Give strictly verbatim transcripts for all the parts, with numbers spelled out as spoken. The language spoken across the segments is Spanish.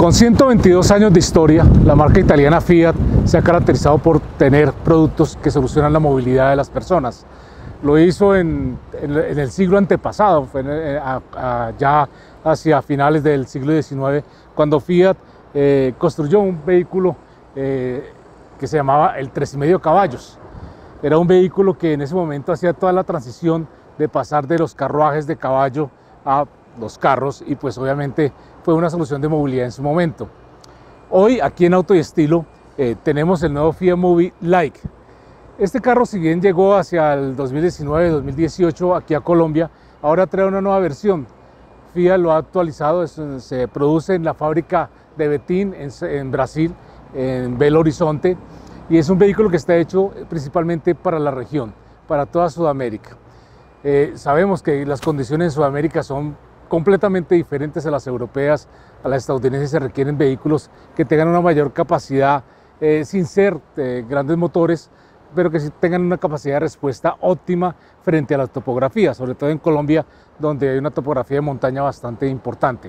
Con ciento veintidós años de historia, la marca italiana Fiat se ha caracterizado por tener productos que solucionan la movilidad de las personas. Lo hizo en, en, en el siglo antepasado, fue en, a, a, ya hacia finales del siglo diecinueve, cuando Fiat eh, construyó un vehículo eh, que se llamaba el tres y medio caballos. Era un vehículo que en ese momento hacía toda la transición de pasar de los carruajes de caballo a los carros, y pues obviamente fue una solución de movilidad en su momento. Hoy aquí en Auto y Estilo eh, tenemos el nuevo Fiat Mobi Like. Este carro, si bien llegó hacia el dos mil diecinueve dos mil dieciocho aquí a Colombia, ahora trae una nueva versión. Fiat lo ha actualizado, es, se produce en la fábrica de Betim en, en Brasil, en Belo Horizonte, y es un vehículo que está hecho principalmente para la región, para toda Sudamérica. Eh, sabemos que las condiciones en Sudamérica son completamente diferentes a las europeas, a las estadounidenses. Se requieren vehículos que tengan una mayor capacidad, eh, sin ser eh, grandes motores, pero que sí tengan una capacidad de respuesta óptima frente a la topografía, sobre todo en Colombia, donde hay una topografía de montaña bastante importante.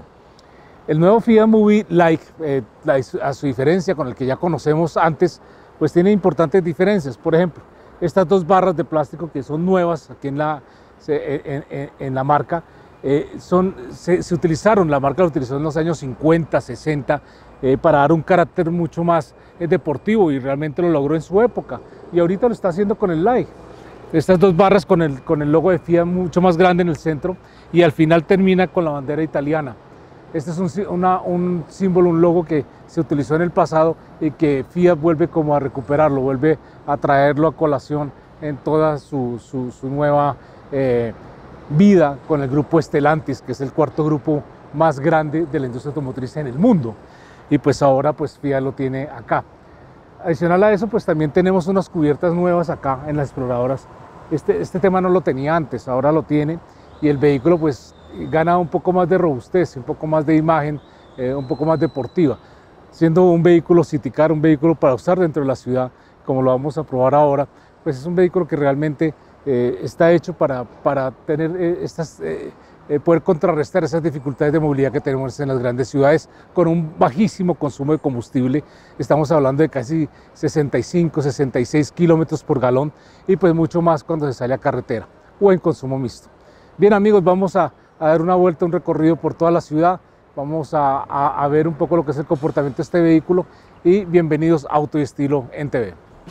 El nuevo Fiat Mobi Like, eh, a su diferencia con el que ya conocemos antes, pues tiene importantes diferencias. Por ejemplo, estas dos barras de plástico que son nuevas aquí en la, en, en, en la marca, eh, son, se, se utilizaron, la marca la utilizó en los años cincuenta, sesenta, eh, para dar un carácter mucho más eh, deportivo, y realmente lo logró en su época, y ahorita lo está haciendo con el Like. Estas dos barras con el, con el logo de Fiat mucho más grande en el centro, y al final termina con la bandera italiana. Este es un, una, un símbolo, un logo que se utilizó en el pasado y que Fiat vuelve como a recuperarlo, vuelve a traerlo a colación en toda su, su, su nueva eh, vida con el grupo Stellantis, que es el cuarto grupo más grande de la industria automotriz en el mundo. Y pues ahora pues Fiat lo tiene acá. Adicional a eso, pues también tenemos unas cubiertas nuevas acá en las exploradoras. Este, este tema no lo tenía antes, ahora lo tiene, y el vehículo pues gana un poco más de robustez, un poco más de imagen, eh, un poco más deportiva, siendo un vehículo city car, un vehículo para usar dentro de la ciudad, como lo vamos a probar ahora. Pues es un vehículo que realmente eh, está hecho para, para tener eh, estas, eh, eh, poder contrarrestar esas dificultades de movilidad que tenemos en las grandes ciudades, con un bajísimo consumo de combustible. Estamos hablando de casi sesenta y cinco, sesenta y seis kilómetros por galón, y pues mucho más cuando se sale a carretera o en consumo mixto. Bien amigos, vamos a a dar una vuelta, un recorrido por toda la ciudad. Vamos a, a, a ver un poco lo que es el comportamiento de este vehículo, y bienvenidos a Auto y Estilo en T V.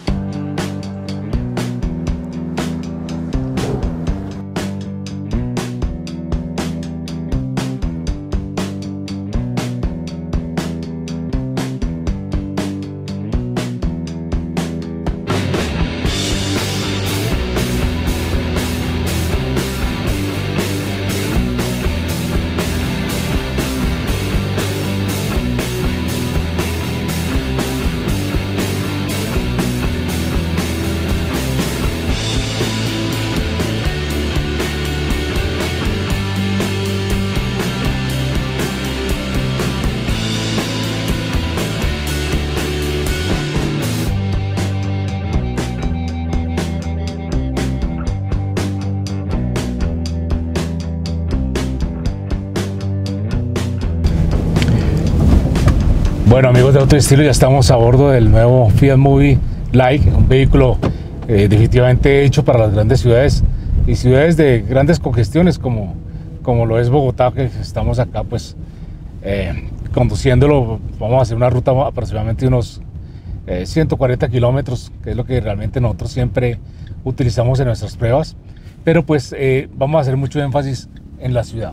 Bueno amigos de Auto y Estilo, ya estamos a bordo del nuevo Fiat Mobi Like, un vehículo eh, definitivamente hecho para las grandes ciudades y ciudades de grandes congestiones como, como lo es Bogotá, que estamos acá pues eh, conduciéndolo. Vamos a hacer una ruta aproximadamente de unos eh, ciento cuarenta kilómetros, que es lo que realmente nosotros siempre utilizamos en nuestras pruebas, pero pues eh, vamos a hacer mucho énfasis en la ciudad.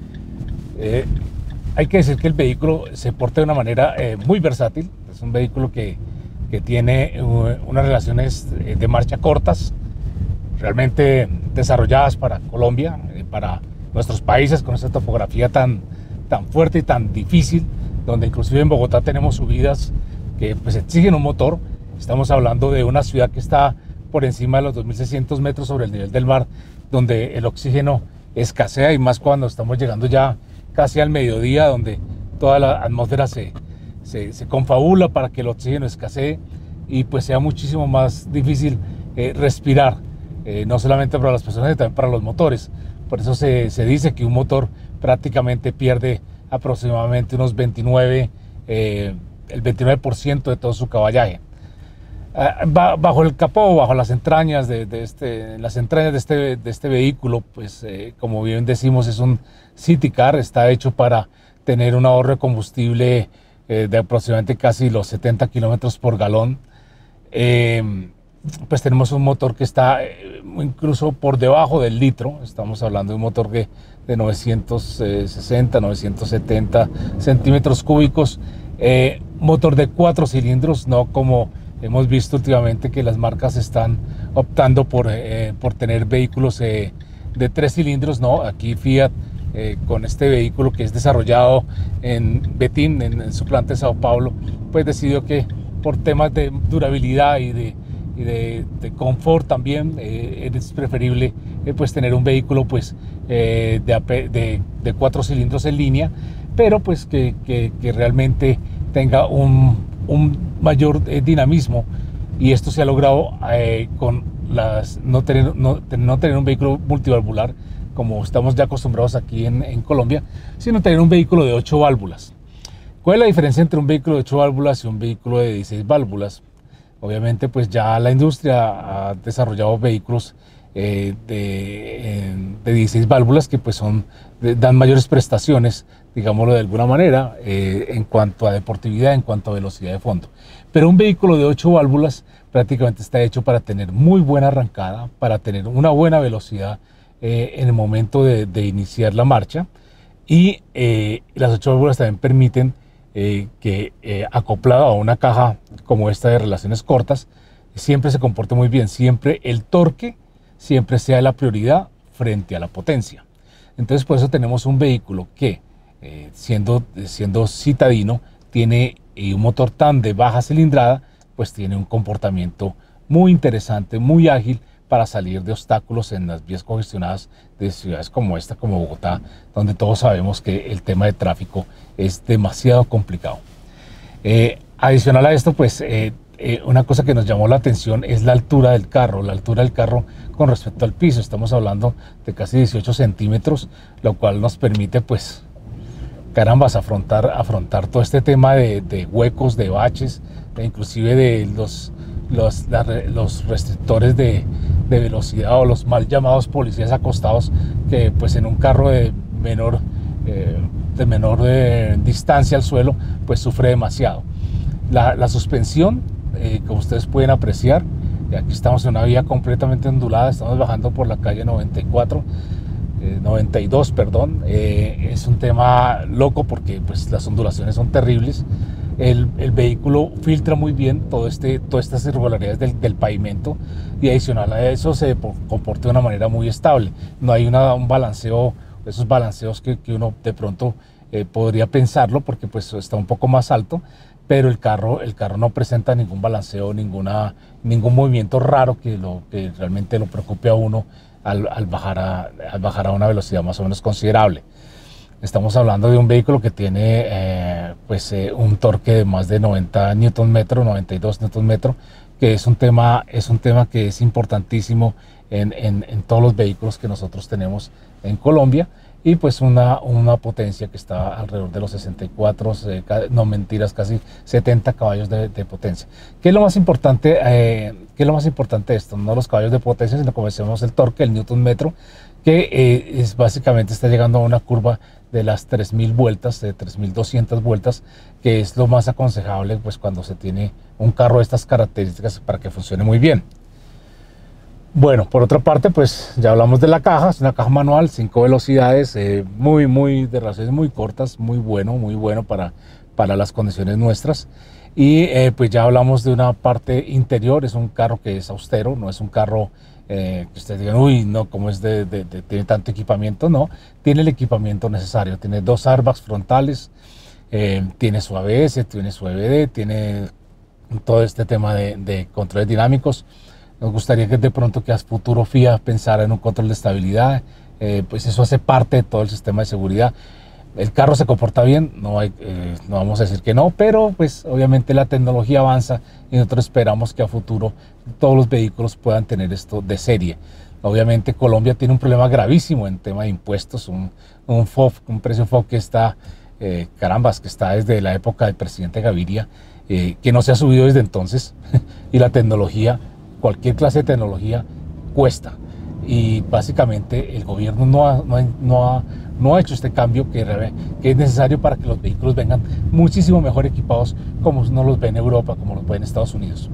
Eh, Hay que decir que el vehículo se porta de una manera eh, muy versátil. Es un vehículo que, que tiene uh, unas relaciones de marcha cortas, realmente desarrolladas para Colombia, eh, para nuestros países, con esta topografía tan, tan fuerte y tan difícil, donde inclusive en Bogotá tenemos subidas que pues, exigen un motor. Estamos hablando de una ciudad que está por encima de los dos mil seiscientos metros sobre el nivel del mar, donde el oxígeno escasea, y más cuando estamos llegando ya casi al mediodía, donde toda la atmósfera se, se, se confabula para que el oxígeno escasee y pues sea muchísimo más difícil eh, respirar, eh, no solamente para las personas, sino también para los motores. Por eso se, se dice que un motor prácticamente pierde aproximadamente unos veintinueve eh, el veintinueve por ciento de todo su caballaje. Bajo el capó, bajo las entrañas de, de, este, las entrañas de, este, de este vehículo, pues eh, como bien decimos, es un city car, está hecho para tener un ahorro de combustible eh, de aproximadamente casi los setenta kilómetros por galón. Eh, pues tenemos un motor que está eh, incluso por debajo del litro, estamos hablando de un motor que, de novecientos sesenta, novecientos setenta centímetros cúbicos, eh, motor de cuatro cilindros, no como hemos visto últimamente que las marcas están optando por, eh, por tener vehículos eh, de tres cilindros. No, aquí Fiat eh, con este vehículo que es desarrollado en Betim, en, en su planta de Sao Paulo, pues decidió que por temas de durabilidad y de, y de, de confort también eh, es preferible eh, pues tener un vehículo pues eh, de, de, de cuatro cilindros en línea, pero pues que, que, que realmente tenga un un mayor eh, dinamismo, y esto se ha logrado eh, con las, no, tener, no, no tener un vehículo multivalvular como estamos ya acostumbrados aquí en, en Colombia, sino tener un vehículo de ocho válvulas. ¿Cuál es la diferencia entre un vehículo de ocho válvulas y un vehículo de dieciséis válvulas? Obviamente pues ya la industria ha desarrollado vehículos eh, de, eh, de dieciséis válvulas que pues son, de, dan mayores prestaciones, digámoslo de alguna manera, eh, en cuanto a deportividad, en cuanto a velocidad de fondo. Pero un vehículo de ocho válvulas prácticamente está hecho para tener muy buena arrancada, para tener una buena velocidad eh, en el momento de, de iniciar la marcha, y eh, las ocho válvulas también permiten eh, que eh, acoplado a una caja como esta de relaciones cortas, siempre se comporte muy bien, siempre el torque siempre sea la prioridad frente a la potencia. Entonces por eso tenemos un vehículo que Eh, siendo, siendo citadino, tiene eh, un motor tan de baja cilindrada, pues tiene un comportamiento muy interesante, muy ágil para salir de obstáculos en las vías congestionadas de ciudades como esta, como Bogotá, donde todos sabemos que el tema de tráfico es demasiado complicado. Eh, adicional a esto, pues eh, eh, una cosa que nos llamó la atención es la altura del carro, la altura del carro con respecto al piso. Estamos hablando de casi dieciocho centímetros, lo cual nos permite pues carambas, afrontar, afrontar todo este tema de, de huecos, de baches, de inclusive de los, los, la, los restrictores de, de velocidad o los mal llamados policías acostados, que pues en un carro de menor, eh, de menor de distancia al suelo pues sufre demasiado. La, la suspensión, eh, como ustedes pueden apreciar, aquí estamos en una vía completamente ondulada, estamos bajando por la calle noventa y cuatro, noventa y dos, perdón. Eh, es un tema loco porque pues, las ondulaciones son terribles. El, el vehículo filtra muy bien todo este, todas estas irregularidades del, del pavimento, y adicional a eso se comporta de una manera muy estable. No hay una, un balanceo, esos balanceos que, que uno de pronto eh, podría pensarlo porque pues, está un poco más alto, pero el carro, el carro no presenta ningún balanceo, ninguna, ningún movimiento raro que, lo, que realmente lo preocupe a uno Al, al, bajar a, al bajar a una velocidad más o menos considerable. Estamos hablando de un vehículo que tiene eh, pues, eh, un torque de más de noventa newton metro, noventa y dos newton metro, que es un tema, es un tema que es importantísimo en, en, en todos los vehículos que nosotros tenemos en Colombia, y pues una, una potencia que está alrededor de los sesenta y cuatro, eh, no mentiras, casi setenta caballos de, de potencia. ¿Qué es lo más importante? Eh, ¿Qué es lo más importante de esto? No los caballos de potencia, sino como decíamos el torque, el newton metro, que eh, es básicamente está llegando a una curva de las tres mil vueltas, de tres mil doscientas vueltas, que es lo más aconsejable pues cuando se tiene un carro de estas características para que funcione muy bien. Bueno, por otra parte, pues ya hablamos de la caja, es una caja manual, cinco velocidades, eh, muy, muy, de relaciones muy cortas, muy bueno, muy bueno para, para las condiciones nuestras. Y eh, pues ya hablamos de una parte interior, es un carro que es austero, no es un carro eh, que ustedes digan, uy, no, como es de, de, de, tiene tanto equipamiento, no, tiene el equipamiento necesario, tiene dos airbags frontales, eh, tiene su A B S, tiene su E B D, tiene todo este tema de, de controles dinámicos. Nos gustaría que de pronto que a futuro Fiat pensara en un control de estabilidad, eh, pues eso hace parte de todo el sistema de seguridad. El carro se comporta bien, no, hay, eh, no vamos a decir que no, pero pues obviamente la tecnología avanza y nosotros esperamos que a futuro todos los vehículos puedan tener esto de serie. Obviamente Colombia tiene un problema gravísimo en tema de impuestos, un, un F O F, un precio F O F que está eh, carambas, que está desde la época del presidente Gaviria, eh, que no se ha subido desde entonces, y la tecnología, cualquier clase de tecnología, cuesta. Y básicamente el gobierno no ha, no ha, no ha, no ha hecho este cambio que, que es necesario para que los vehículos vengan muchísimo mejor equipados, como no los ve en Europa, como los ve en Estados Unidos.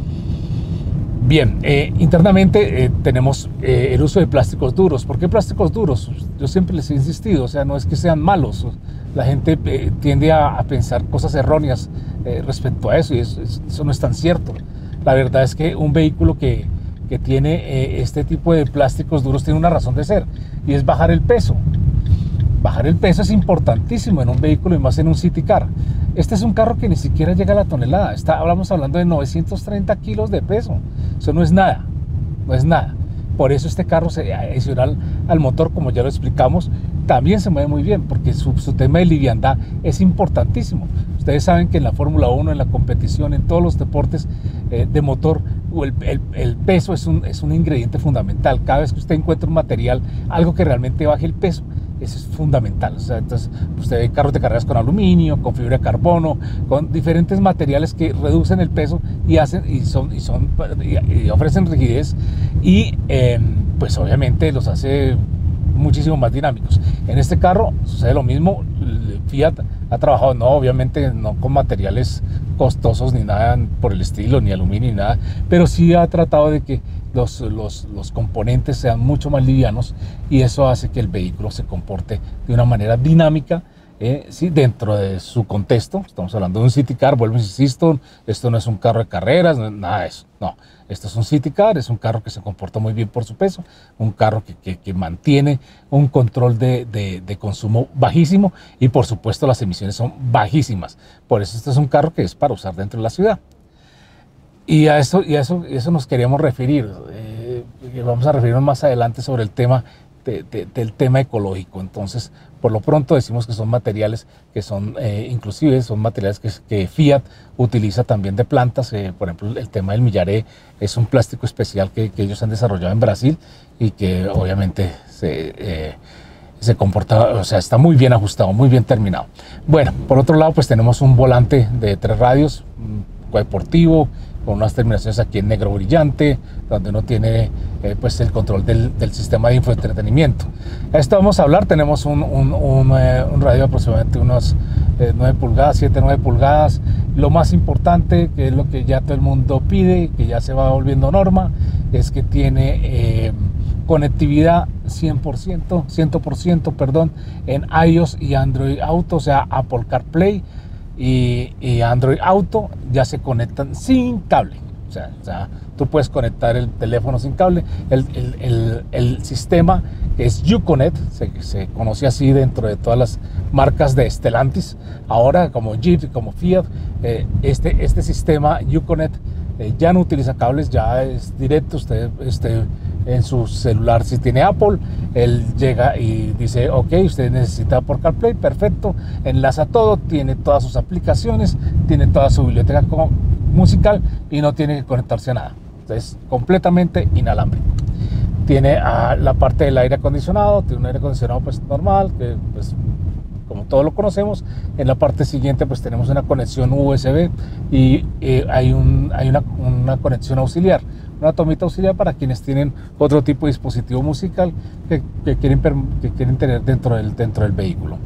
Bien, eh, internamente eh, tenemos eh, el uso de plásticos duros. ¿Por qué plásticos duros? Yo siempre les he insistido, o sea, no es que sean malos. La gente eh, tiende a, a pensar cosas erróneas eh, respecto a eso, y eso, eso no es tan cierto. La verdad es que un vehículo que, que tiene eh, este tipo de plásticos duros tiene una razón de ser, y es bajar el peso. Bajar el peso es importantísimo en un vehículo, y más en un City Car. Este es un carro que ni siquiera llega a la tonelada. Está, hablamos hablando de novecientos treinta kilos de peso. Eso no es nada, no es nada. Por eso este carro, se, adicional al motor, como ya lo explicamos, también se mueve muy bien, porque su, su tema de liviandad es importantísimo. Ustedes saben que en la Fórmula uno, en la competición, en todos los deportes eh, de motor, el, el, el peso es un, es un ingrediente fundamental. Cada vez que usted encuentra un material, algo que realmente baje el peso, eso es fundamental. O sea, entonces usted ve carros de carreras con aluminio, con fibra de carbono, con diferentes materiales que reducen el peso y hacen y son y son y ofrecen rigidez, y eh, pues obviamente los hace muchísimo más dinámicos. En este carro sucede lo mismo. Fiat ha trabajado, no obviamente no con materiales costosos ni nada por el estilo, ni aluminio ni nada, pero sí ha tratado de que los, los, los componentes sean mucho más livianos, y eso hace que el vehículo se comporte de una manera dinámica, eh, sí, dentro de su contexto. Estamos hablando de un City Car, vuelvo, insisto, esto no es un carro de carreras, no, nada de eso, no. Esto es un City Car, es un carro que se comporta muy bien por su peso, un carro que, que, que mantiene un control de, de, de consumo bajísimo, y por supuesto las emisiones son bajísimas. Por eso este es un carro que es para usar dentro de la ciudad. Y a eso, y a eso, y a eso nos queríamos referir. Eh, vamos a referirnos más adelante sobre el tema de, de, del tema ecológico. Entonces, por lo pronto decimos que son materiales que son, eh, inclusive son materiales que, que Fiat utiliza también de plantas. Eh, por ejemplo, el tema del millaré es un plástico especial que, que ellos han desarrollado en Brasil, y que obviamente se, eh, se comporta, o sea, está muy bien ajustado, muy bien terminado. Bueno, por otro lado, pues tenemos un volante de tres radios, deportivo, con unas terminaciones aquí en negro brillante, donde uno tiene eh, pues el control del, del sistema de infoentretenimiento. Esto vamos a hablar. Tenemos un, un, un, eh, un radio de aproximadamente unos eh, nueve pulgadas, siete, nueve pulgadas. Lo más importante, que es lo que ya todo el mundo pide, que ya se va volviendo norma, es que tiene eh, conectividad cien por ciento, cien por ciento, perdón, en iOS y Android Auto, o sea, Apple CarPlay y, y Android Auto ya se conectan sin cable. O sea, o sea, tú puedes conectar el teléfono sin cable. El, el, el, el sistema, que es Uconnect, se, se conoce así dentro de todas las marcas de Stellantis, ahora como Jeep, como Fiat, eh, este, este sistema Uconnect eh, ya no utiliza cables, ya es directo. Usted, usted en su celular, si tiene Apple, él llega y dice, ok, usted necesita por CarPlay, perfecto, enlaza todo, tiene todas sus aplicaciones, tiene toda su biblioteca musical, y no tiene que conectarse a nada. Entonces, completamente inalámbrico. Tiene uh, la parte del aire acondicionado, tiene un aire acondicionado pues normal, que pues como todos lo conocemos. En la parte siguiente pues tenemos una conexión U S B, y eh, hay, un, hay una, una conexión auxiliar, una tomita auxiliar para quienes tienen otro tipo de dispositivo musical que, que, quieren, que quieren tener dentro del, dentro del vehículo.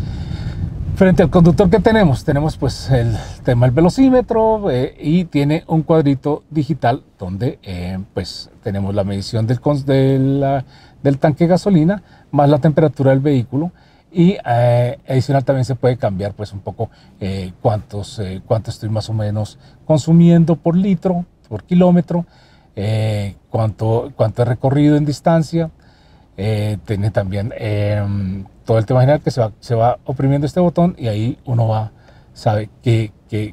Frente al conductor, que tenemos? Tenemos pues el tema del velocímetro, eh, y tiene un cuadrito digital donde eh, pues tenemos la medición del, de la, del tanque de gasolina, más la temperatura del vehículo, y eh, adicional también se puede cambiar pues un poco eh, cuántos, eh, cuánto estoy más o menos consumiendo por litro, por kilómetro, eh, cuánto, cuánto he recorrido en distancia. Eh, tiene también eh, todo el tema general, que se va, se va oprimiendo este botón, y ahí uno va, sabe que, que,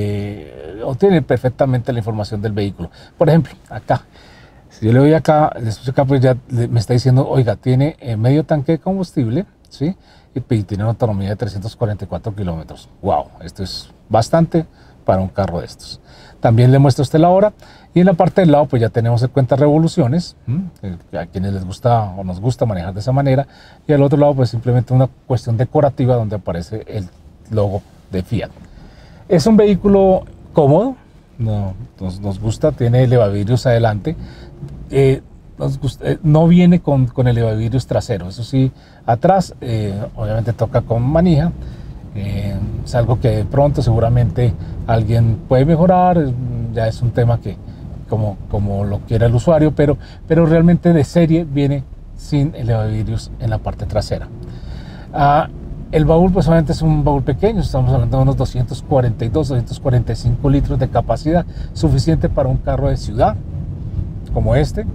que obtiene perfectamente la información del vehículo. Por ejemplo, acá, si yo le doy acá, después acá pues ya me está diciendo, oiga, tiene eh, medio tanque de combustible, ¿sí? Y, y tiene una autonomía de trescientos cuarenta y cuatro kilómetros. Wow, esto es bastante, para un carro de estos. También le muestro a usted la hora, y en la parte del lado pues ya tenemos el cuenta revoluciones, ¿m? a quienes les gusta o nos gusta manejar de esa manera, y al otro lado pues simplemente una cuestión decorativa donde aparece el logo de Fiat. Es un vehículo cómodo, no, nos, nos gusta, tiene elevavidrios adelante, eh, nos gusta, eh, no viene con, con elevavidrios trasero, eso sí, atrás eh, obviamente toca con manija. Eh, es algo que de pronto seguramente alguien puede mejorar, ya es un tema que como, como lo quiera el usuario, pero, pero realmente de serie viene sin elevavidrios en la parte trasera. Ah, el baúl pues obviamente es un baúl pequeño, estamos hablando de unos doscientos cuarenta y dos, doscientos cuarenta y cinco litros de capacidad, suficiente para un carro de ciudad como este.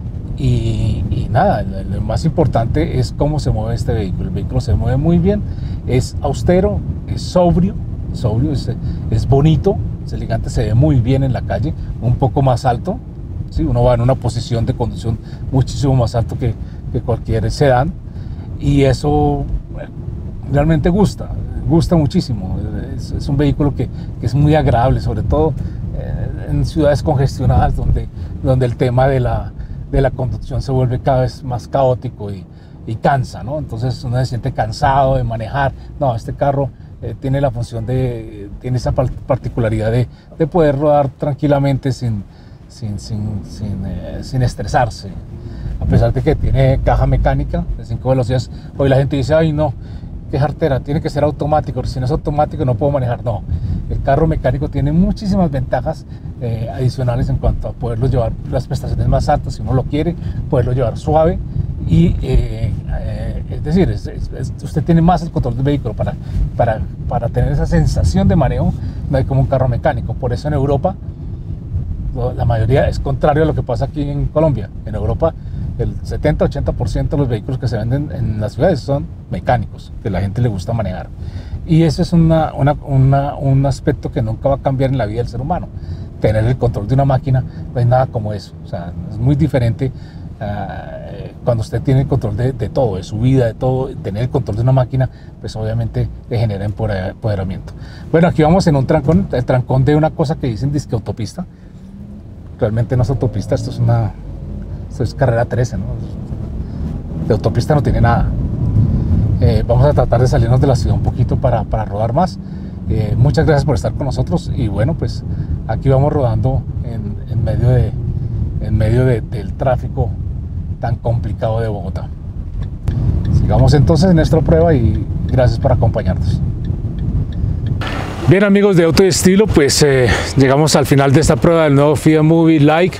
Y, y nada, lo más importante es cómo se mueve este vehículo. El vehículo se mueve muy bien, es austero, es sobrio, sobrio es, es bonito, es elegante, se ve muy bien en la calle, un poco más alto, ¿sí? Uno va en una posición de conducción muchísimo más alto que, que cualquier sedán, y eso bueno, realmente gusta, gusta muchísimo. Es, es un vehículo que, que es muy agradable, sobre todo eh, en ciudades congestionadas donde, donde el tema de la de la conducción se vuelve cada vez más caótico y, y cansa, ¿no? Entonces uno se siente cansado de manejar. No, este carro eh, tiene la función de, tiene esa particularidad de, de poder rodar tranquilamente sin, sin, sin, sin, eh, sin estresarse. A pesar de que tiene caja mecánica de cinco velocidades, hoy la gente dice, ay no, qué jartera, tiene que ser automático, si no es automático no puedo manejar. No, el carro mecánico tiene muchísimas ventajas eh, adicionales en cuanto a poderlo llevar las prestaciones más altas, si uno lo quiere, poderlo llevar suave, y eh, eh, es decir, es, es, es, usted tiene más el control del vehículo para, para, para tener esa sensación de manejo, no hay como un carro mecánico. Por eso en Europa la mayoría es contrario a lo que pasa aquí en Colombia. En Europa el setenta ochenta por ciento de los vehículos que se venden en las ciudades son mecánicos, que a la gente le gusta manejar. Y eso es una, una, una, un aspecto que nunca va a cambiar en la vida del ser humano. Tener el control de una máquina no es nada como eso. O sea, es muy diferente uh, cuando usted tiene el control de, de todo, de su vida, de todo. Tener el control de una máquina, pues obviamente le genera empoderamiento. Bueno, aquí vamos en un trancón, el trancón de una cosa que dicen disque autopista. Realmente no es autopista, esto es una... Esto es carrera trece, ¿no? De autopista no tiene nada. Eh, vamos a tratar de salirnos de la ciudad un poquito para, para rodar más. Eh, muchas gracias por estar con nosotros, y bueno, pues aquí vamos rodando en, en medio, de, en medio de, del tráfico tan complicado de Bogotá. Sigamos entonces en nuestra prueba y gracias por acompañarnos. Bien, amigos de Auto y Estilo, pues eh, llegamos al final de esta prueba del nuevo Fiat Mobi Like.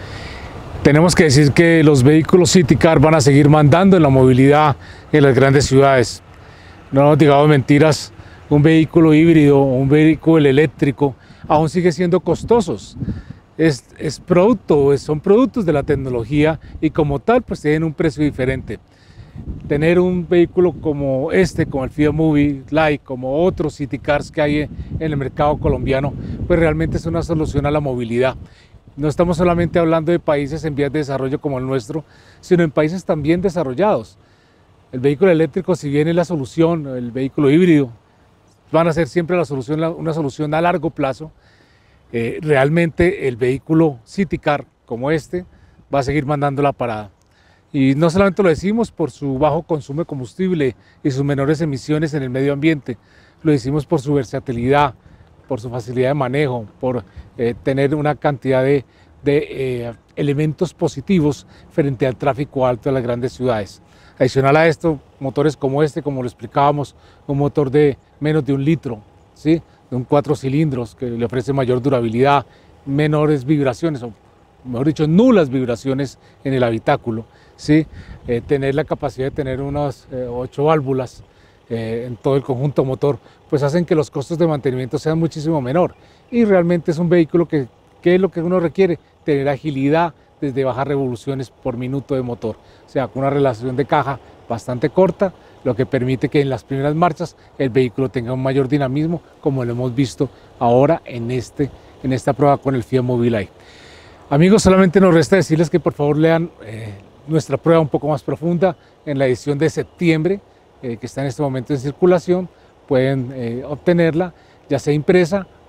Tenemos que decir que los vehículos City Car van a seguir mandando en la movilidad en las grandes ciudades. No nos digamos mentiras, un vehículo híbrido o un vehículo eléctrico aún sigue siendo costosos. Es, es producto, son productos de la tecnología, y como tal pues tienen un precio diferente. Tener un vehículo como este, como el Fiat Mobi Like, como otros City Cars que hay en el mercado colombiano, pues realmente es una solución a la movilidad. No estamos solamente hablando de países en vías de desarrollo como el nuestro, sino en países también desarrollados. El vehículo eléctrico, si bien es la solución, el vehículo híbrido, van a ser siempre la solución, una solución a largo plazo. Eh, realmente el vehículo City Car como este va a seguir mandando la parada. Y no solamente lo decimos por su bajo consumo de combustible y sus menores emisiones en el medio ambiente, lo decimos por su versatilidad, por su facilidad de manejo, por eh, tener una cantidad de, de eh, elementos positivos frente al tráfico alto de las grandes ciudades. Adicional a esto, motores como este, como lo explicábamos, un motor de menos de un litro, ¿sí? De un cuatro cilindros que le ofrece mayor durabilidad, menores vibraciones, o mejor dicho, nulas vibraciones en el habitáculo, ¿sí? Eh, tener la capacidad de tener unas eh, ocho válvulas Eh, en todo el conjunto motor, pues hacen que los costos de mantenimiento sean muchísimo menor, y realmente es un vehículo que, que es lo que uno requiere, tener agilidad desde bajas revoluciones por minuto de motor, o sea, con una relación de caja bastante corta, lo que permite que en las primeras marchas el vehículo tenga un mayor dinamismo, como lo hemos visto ahora en, este, en esta prueba con el Fiat Mobi Like. Amigos, solamente nos resta decirles que por favor lean eh, nuestra prueba un poco más profunda en la edición de septiembre, Eh, que está en este momento en circulación. Pueden eh, obtenerla ya sea impresa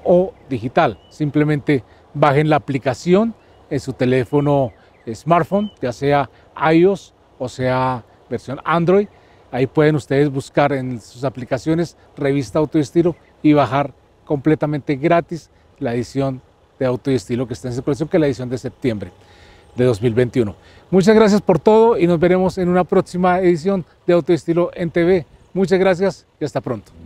o digital. Simplemente bajen la aplicación en su teléfono smartphone, ya sea iOS o sea versión Android. Ahí pueden ustedes buscar en sus aplicaciones Revista Auto y Estilo y bajar completamente gratis la edición de Auto y Estilo que está en circulación, que es la edición de septiembre de dos mil veintiuno. Muchas gracias por todo y nos veremos en una próxima edición de Auto y Estilo en T V. Muchas gracias y hasta pronto.